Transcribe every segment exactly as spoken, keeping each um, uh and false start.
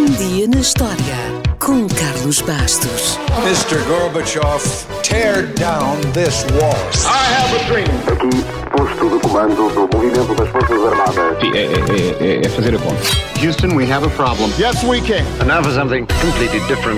Um dia na história com Carlos Bastos. mister Gorbachev, tear down this wall. I have a dream. Aqui, posto de comando do movimento das Forças Armadas. Sim, é, é, é fazer a conta. Houston, we have a problem. Yes, we can. And now for something completely different.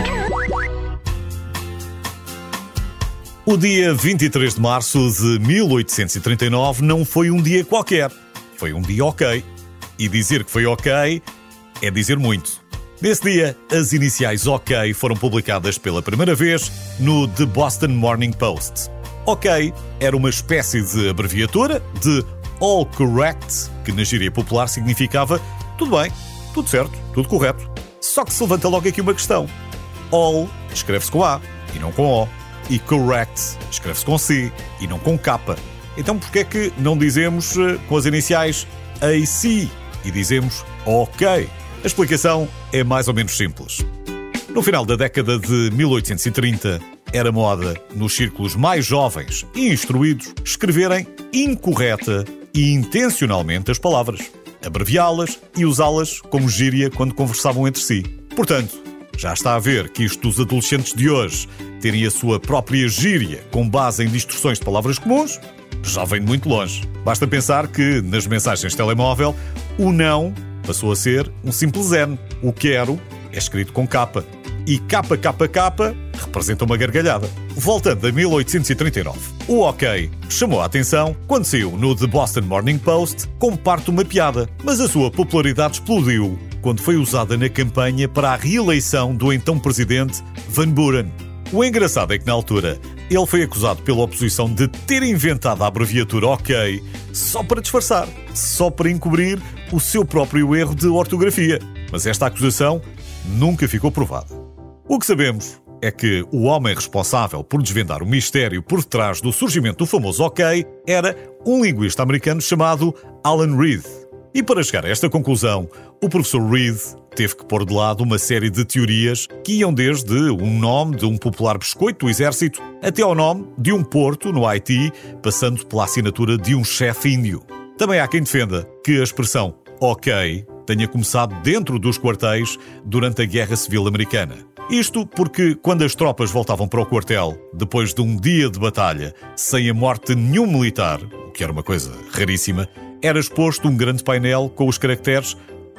O dia vinte e três de março de mil oitocentos e trinta e nove não foi um dia qualquer. Foi um dia ok. E dizer que foi ok é dizer muito. Nesse dia, as iniciais OK foram publicadas pela primeira vez no The Boston Morning Post. OK era uma espécie de abreviatura de All Correct, que na gíria popular significava tudo bem, tudo certo, tudo correto. Só que se levanta logo aqui uma questão. All escreve-se com A e não com O. E correct escreve-se com C e não com K. Então porquê é que não dizemos com as iniciais A C e dizemos OK? A explicação é mais ou menos simples. No final da década de mil oitocentos e trinta, era moda, nos círculos mais jovens e instruídos, escreverem incorreta e intencionalmente as palavras, abreviá-las e usá-las como gíria quando conversavam entre si. Portanto, já está a ver que isto dos adolescentes de hoje terem a sua própria gíria com base em distorções de palavras comuns, já vem de muito longe. Basta pensar que, nas mensagens de telemóvel, o não passou a ser um simples N. O quero é escrito com K. E K K K representa uma gargalhada. Voltando a mil oitocentos e trinta e nove, o OK chamou a atenção quando saiu no The Boston Morning Post como parte de uma piada, mas a sua popularidade explodiu quando foi usada na campanha para a reeleição do então presidente Van Buren. O engraçado é que, na altura, ele foi acusado pela oposição de ter inventado a abreviatura OK só para disfarçar, só para encobrir o seu próprio erro de ortografia. Mas esta acusação nunca ficou provada. O que sabemos é que o homem responsável por desvendar o mistério por detrás do surgimento do famoso OK era um linguista americano chamado Alan Reed. E para chegar a esta conclusão, o professor Reed teve que pôr de lado uma série de teorias que iam desde um nome de um popular biscoito do exército até ao nome de um porto no Haiti, passando pela assinatura de um chefe índio. Também há quem defenda que a expressão OK tenha começado dentro dos quartéis durante a Guerra Civil Americana. Isto porque, quando as tropas voltavam para o quartel, depois de um dia de batalha, sem a morte de nenhum militar, o que era uma coisa raríssima, era exposto um grande painel com os caracteres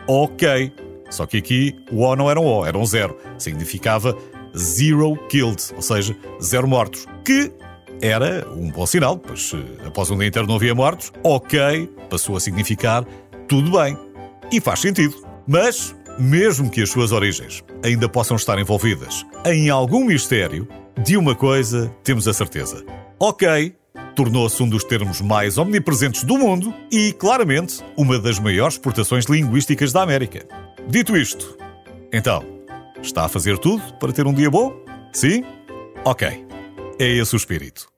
OK. Só que aqui o O não era um O, era um zero. Significava Zero Killed, ou seja, zero mortos. Que era um bom sinal, pois após um dia inteiro não havia mortos, OK passou a significar tudo bem. E faz sentido. Mas, mesmo que as suas origens ainda possam estar envolvidas em algum mistério, de uma coisa temos a certeza. OK tornou-se um dos termos mais omnipresentes do mundo e, claramente, uma das maiores exportações linguísticas da América. Dito isto, então, está a fazer tudo para ter um dia bom? Sim? OK. É esse o espírito.